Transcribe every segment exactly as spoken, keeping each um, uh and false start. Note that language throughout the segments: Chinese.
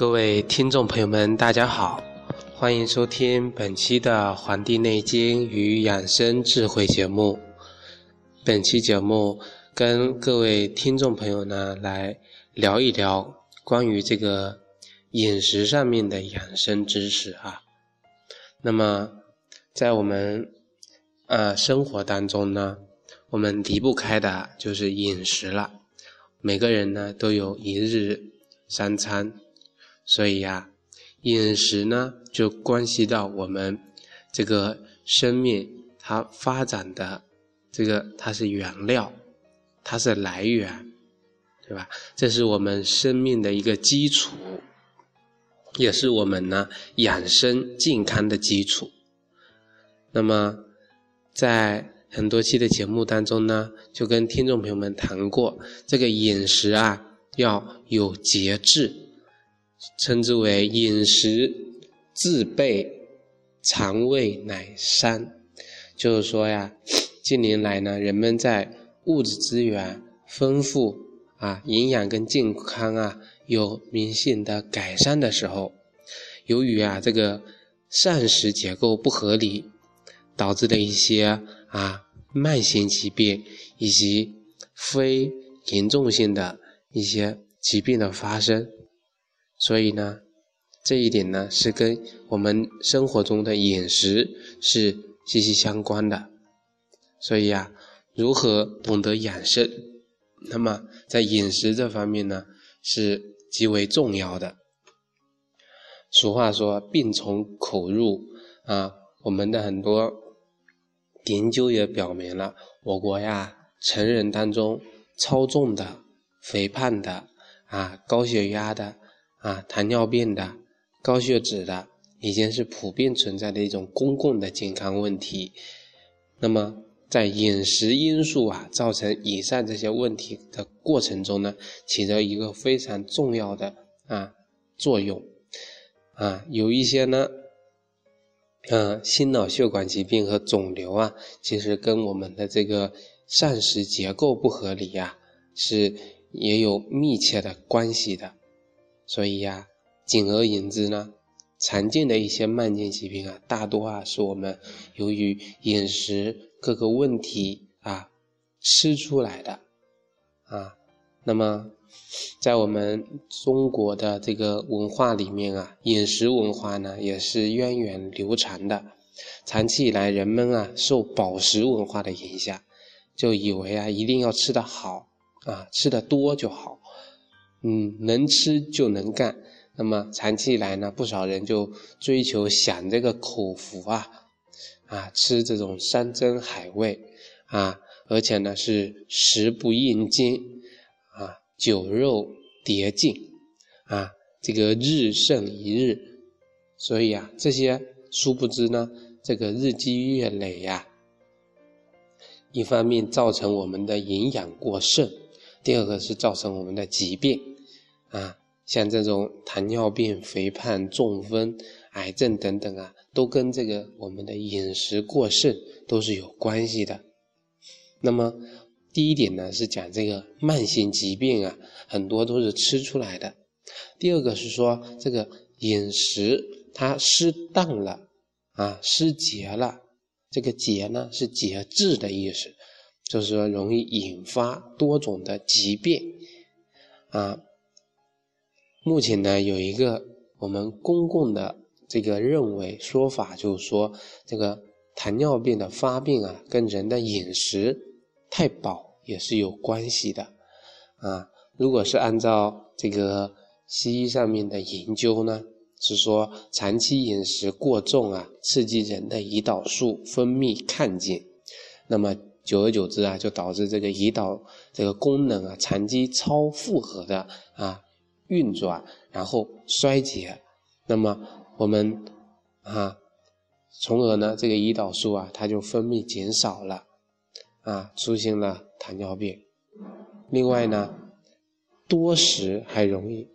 各位听众朋友们，大家好，欢迎收听本期的《黄帝内经与养生智慧》节目。本期节目跟各位听众朋友呢来聊一聊关于这个饮食上面的养生知识啊。那么在我们呃生活当中呢，我们离不开的就是饮食了。每个人呢都有一日三餐，所以呀、啊，饮食呢就关系到我们这个生命它发展的这个它是原料，它是来源，对吧？这是我们生命的一个基础，也是我们呢养生健康的基础。那么在很多期的节目当中呢，就跟听众朋友们谈过，这个饮食啊要有节制，称之为饮食自备，肠胃乃伤。就是说呀，近年来呢，人们在物质资源丰富啊，营养跟健康啊有明显的改善的时候，由于啊这个膳食结构不合理，导致的一些啊慢性疾病以及非严重性的一些疾病的发生。所以呢，这一点呢是跟我们生活中的饮食是息息相关的。所以啊，如何懂得养生，那么在饮食这方面呢是极为重要的。俗话说病从口入啊，我们的很多研究也表明了，我国呀成人当中超重的、肥胖的啊、高血压的啊、糖尿病的、高血脂的，已经是普遍存在的一种公共的健康问题。那么在饮食因素啊造成以上这些问题的过程中呢，起着一个非常重要的啊作用啊，有一些呢呃，心脑血管疾病和肿瘤啊，其实跟我们的这个膳食结构不合理呀、啊，是也有密切的关系的。所以呀、啊，简而言之呢，常见的一些慢性疾病啊，大多啊是我们由于饮食各个问题啊吃出来的啊。那么在我们中国的这个文化里面啊，饮食文化呢也是源远流长的。长期以来人们啊受饱食文化的影响，就以为啊一定要吃得好啊，吃得多就好，嗯，能吃就能干。那么长期以来呢，不少人就追求享这个口福啊啊，吃这种山珍海味啊，而且呢是食不应饥啊，酒肉迭尽啊，这个日胜一日。所以啊，这些殊不知呢，这个日积月累呀、啊，一方面造成我们的营养过剩，第二个是造成我们的疾病啊，像这种糖尿病、肥胖、中风、癌症等等啊，都跟这个我们的饮食过剩都是有关系的。那么第一点呢是讲这个慢性疾病啊，很多都是吃出来的。第二个是说这个饮食它失当了啊，失节了。这个节呢是节制的意思，就是说容易引发多种的疾病啊。目前呢有一个我们公共的这个认为说法，就是说这个糖尿病的发病啊跟人的饮食太饱也是有关系的啊。如果是按照这个西医上面的研究呢，是说长期饮食过重啊，刺激人的胰岛素分泌亢进，那么久而久之啊，就导致这个胰岛这个功能啊长期超负荷的啊运转，然后衰竭。那么我们啊，从而呢这个胰岛素啊它就分泌减少了啊，出现了糖尿病。另外呢，多食还容易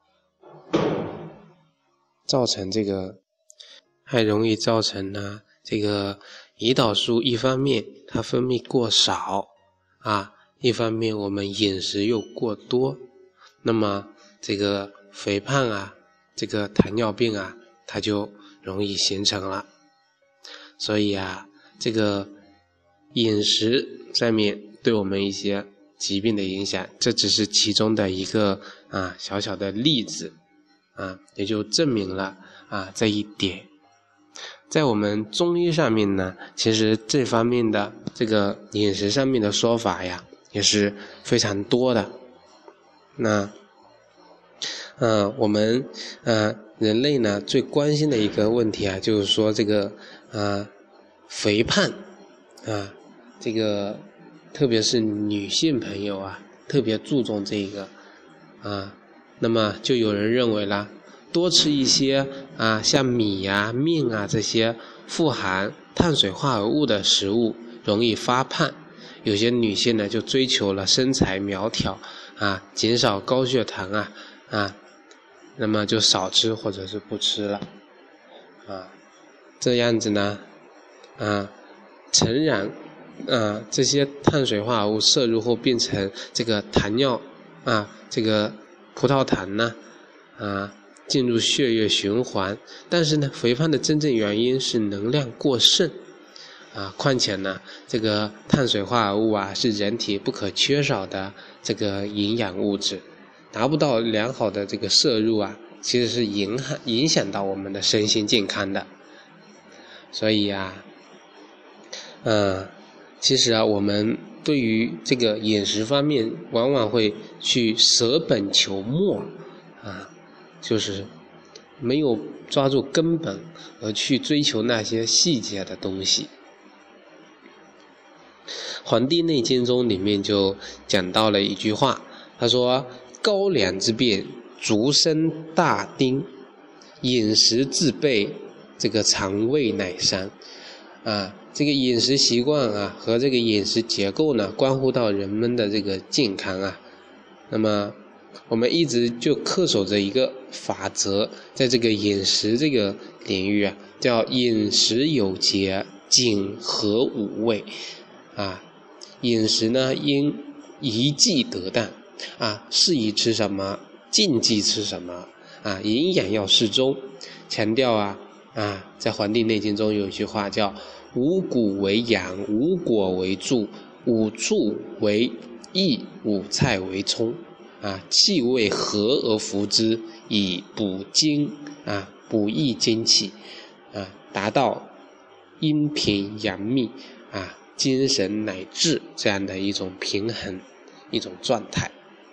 造成这个，还容易造成呢这个胰岛素一方面它分泌过少啊，一方面我们饮食又过多，那么这个肥胖啊这个糖尿病啊，它就容易形成了。所以啊，这个饮食上面对我们一些疾病的影响，这只是其中的一个啊小小的例子啊，也就证明了啊这一点。在我们中医上面呢，其实这方面的这个饮食上面的说法呀，也是非常多的。那呃我们呃人类呢最关心的一个问题啊，就是说这个呃肥胖啊，这个特别是女性朋友啊，特别注重这个啊。那么就有人认为啦，多吃一些啊像米啊、面啊这些富含碳水化合物的食物容易发胖。有些女性呢就追求了身材苗条啊，减少高血糖啊啊，那么就少吃或者是不吃了啊。这样子呢啊，诚然啊，这些碳水化合物摄入后变成这个糖尿啊，这个葡萄糖呢啊进入血液循环，但是呢，肥胖的真正原因是能量过剩啊。况且呢，这个碳水化合物啊是人体不可缺少的这个营养物质，达不到良好的这个摄入啊，其实是影响影响到我们的身心健康的。所以啊，呃，其实啊，我们对于这个饮食方面，往往会去舍本求末啊，就是没有抓住根本，而去追求那些细节的东西。《黄帝内经》中里面就讲到了一句话，他说：高粱之变，足生大丁，饮食自备，这个肠胃乃伤啊。这个饮食习惯啊和这个饮食结构呢，关乎到人们的这个健康啊。那么我们一直就恪守着一个法则，在这个饮食这个领域啊，叫饮食有节，谨合五味啊。饮食呢应宜忌得当啊，适宜吃什么，禁忌吃什么啊，营养要适中。强调啊啊，在《黄帝内经》中有一句话叫五谷为养，五果为助，五畜为益，五菜为充啊，气味和而服之，以补精啊，补益精气啊，达到阴平阳秘啊，精神乃至这样的一种平衡一种状态。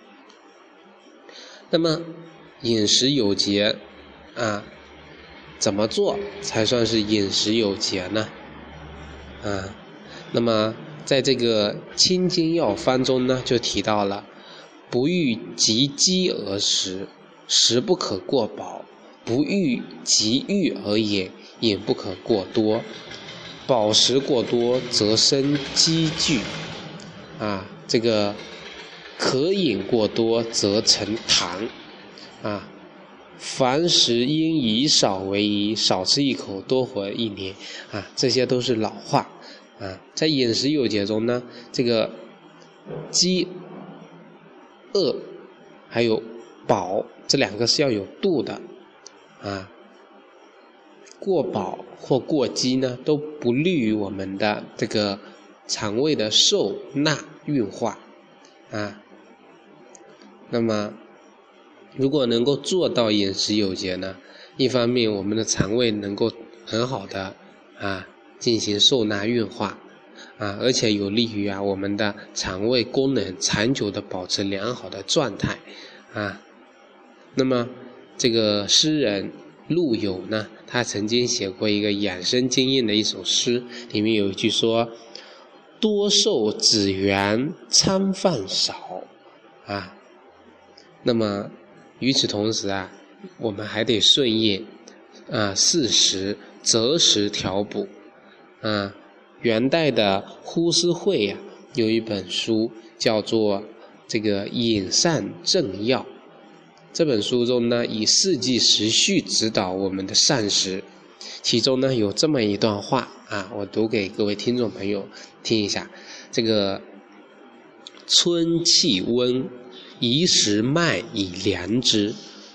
那么饮食有节啊，怎么做才算是饮食有节呢？啊，那么在这个清经药方中呢，就提到了不欲及饥而食，食不可过饱；不欲及欲而饮，饮不可过多。饱食过多则生积聚啊，这个可饮过多则成糖啊。凡食应以少为宜，少吃一口多活一年啊，这些都是老话啊。在饮食有节中呢，这个饥饿还有饱这两个是要有度的啊。过饱或过饥呢，都不利于我们的这个肠胃的受纳运化啊。那么如果能够做到饮食有节呢，一方面我们的肠胃能够很好的啊进行受纳运化啊，而且有利于啊我们的肠胃功能长久的保持良好的状态啊。那么这个诗人陆游呢，他曾经写过一个养生经验的一首诗，里面有一句说：多寿子源餐饭少啊。那么与此同时啊，我们还得顺应啊适时择时调补啊。元代的呼思慧啊有一本书叫做这个饮膳正要，这本书中呢以四季时序指导我们的膳食，其中呢有这么一段话啊，我读给各位听众朋友听一下。这个春气温，宜食麦以凉之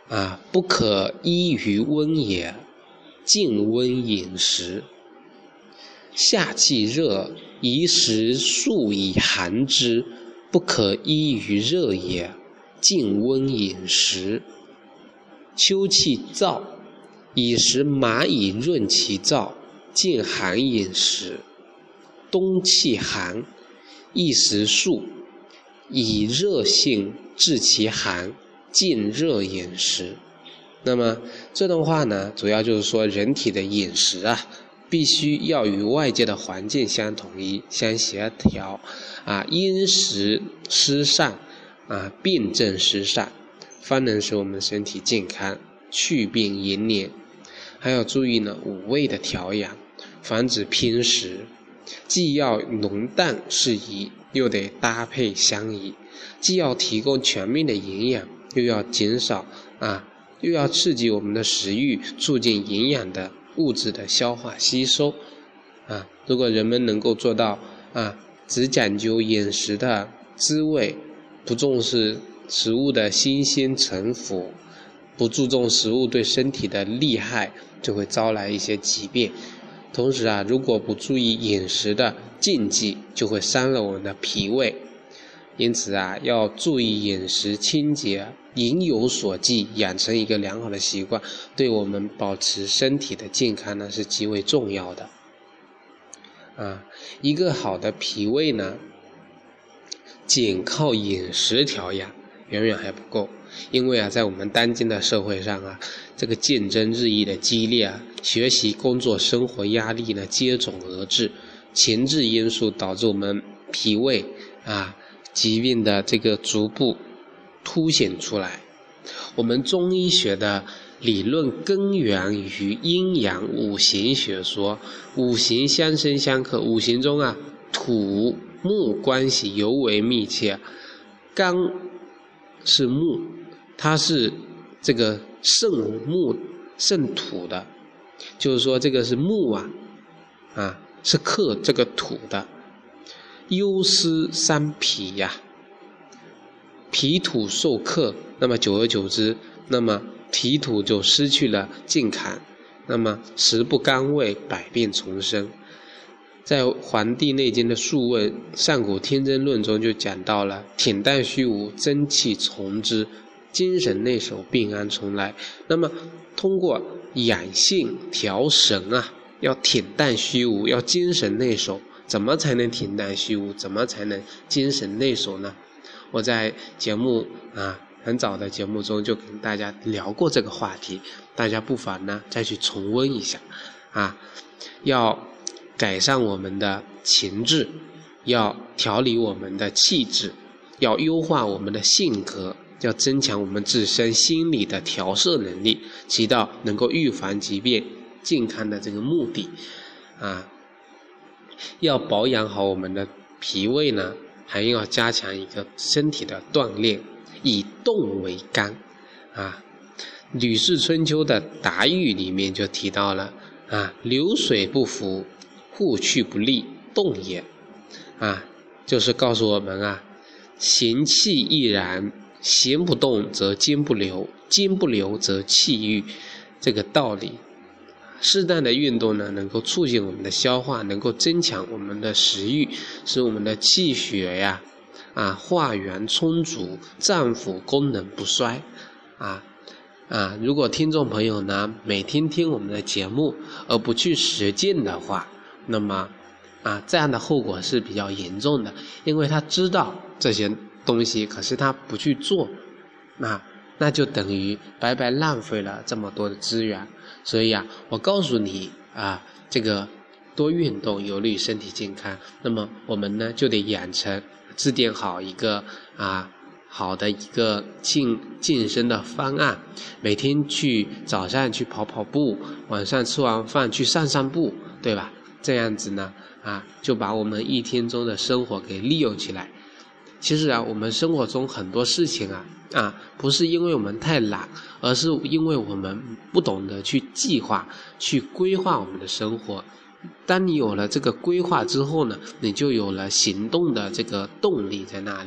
啊，不可依于温也，静温饮食。夏气热，宜食数以寒之，不可依于热也，静温饮食。秋气燥，以食麻以润其燥，静寒饮食。冬气寒，宜食数，以热性治其寒，静热饮食。那么这段话呢，主要就是说人体的饮食啊，必须要与外界的环境相统一、相协调啊，因时施善啊，病症施善，方能使我们身体健康，去病延年。还要注意呢五味的调养，防止偏食，既要浓淡适宜，又得搭配相宜，既要提供全面的营养，又要减少啊，又要刺激我们的食欲，促进营养的物质的消化吸收啊。如果人们能够做到啊，只讲究饮食的滋味，不重视食物的新鲜陈腐，不注重食物对身体的利害，就会招来一些疾病。同时啊，如果不注意饮食的禁忌，就会伤了我们的脾胃。因此啊，要注意饮食清洁，饮有所忌，养成一个良好的习惯，对我们保持身体的健康呢是极为重要的。啊，一个好的脾胃呢，仅靠饮食调养远远还不够。因为啊，在我们当今的社会上啊，这个竞争日益的激烈啊，学习、工作、生活压力呢接踵而至，前置因素导致我们脾胃啊疾病的这个逐步凸显出来。我们中医学的理论根源于阴阳五行学说，五行相生相克，五行中啊土木关系尤为密切。刚是木，它是这个肾木肾土的，就是说这个是木啊啊是克这个土的。忧思伤脾呀、啊，脾土受克，那么久而久之，那么脾土就失去了健康，那么食不甘味，百病丛生。在《黄帝内经》的《素问·上古天真论》中就讲到了：恬淡虚无，真气从之，精神内守，病安从来。那么通过养性调神啊，要恬淡虚无，要精神内守。怎么才能恬淡虚无？怎么才能精神内守呢？我在节目啊很早的节目中就跟大家聊过这个话题，大家不妨呢再去重温一下啊。要改善我们的情志，要调理我们的气质，要优化我们的性格，要增强我们自身心理的调摄能力，起到能够预防疾病、健康的这个目的啊。要保养好我们的脾胃呢，还要加强一个身体的锻炼，以动为刚啊。《吕氏春秋》的答喻里面就提到了啊，流水不腐，户去不利，动也啊，就是告诉我们啊，行气亦然，行不动则筋不流，筋不流则气郁，这个道理。适当的运动呢，能够促进我们的消化，能够增强我们的食欲，使我们的气血呀啊化源充足，脏腑功能不衰啊啊！如果听众朋友呢每天听我们的节目而不去实践的话，那么啊这样的后果是比较严重的，因为他知道这些东西，可是他不去做，那那就等于白白浪费了这么多的资源。所以啊，我告诉你啊，这个多运动有利于身体健康。那么我们呢就得养成制定好一个啊好的一个健健身的方案，每天去早上去跑跑步，晚上吃完饭去散散步，对吧？这样子呢啊，就把我们一天中的生活给利用起来。其实啊，我们生活中很多事情啊啊，不是因为我们太懒，而是因为我们不懂得去计划、去规划我们的生活。当你有了这个规划之后呢，你就有了行动的这个动力在那里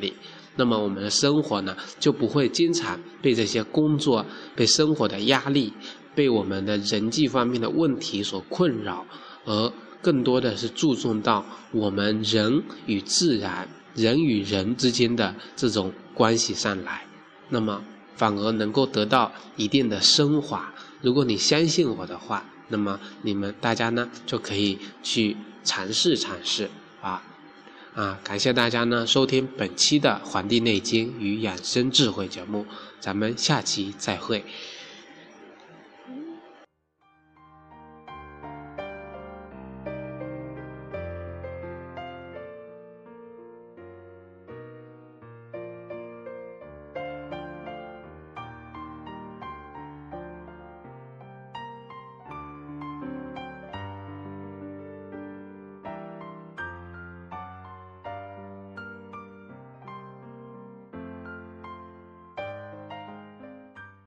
那么我们的生活呢就不会经常被这些工作、被生活的压力、被我们的人际方面的问题所困扰，而更多的是注重到我们人与自然、人与人之间的这种关系上来，那么反而能够得到一定的升华。如果你相信我的话，那么你们大家呢就可以去尝试尝试啊啊！感谢大家呢收听本期的《黄帝内经与养生智慧》节目，咱们下期再会。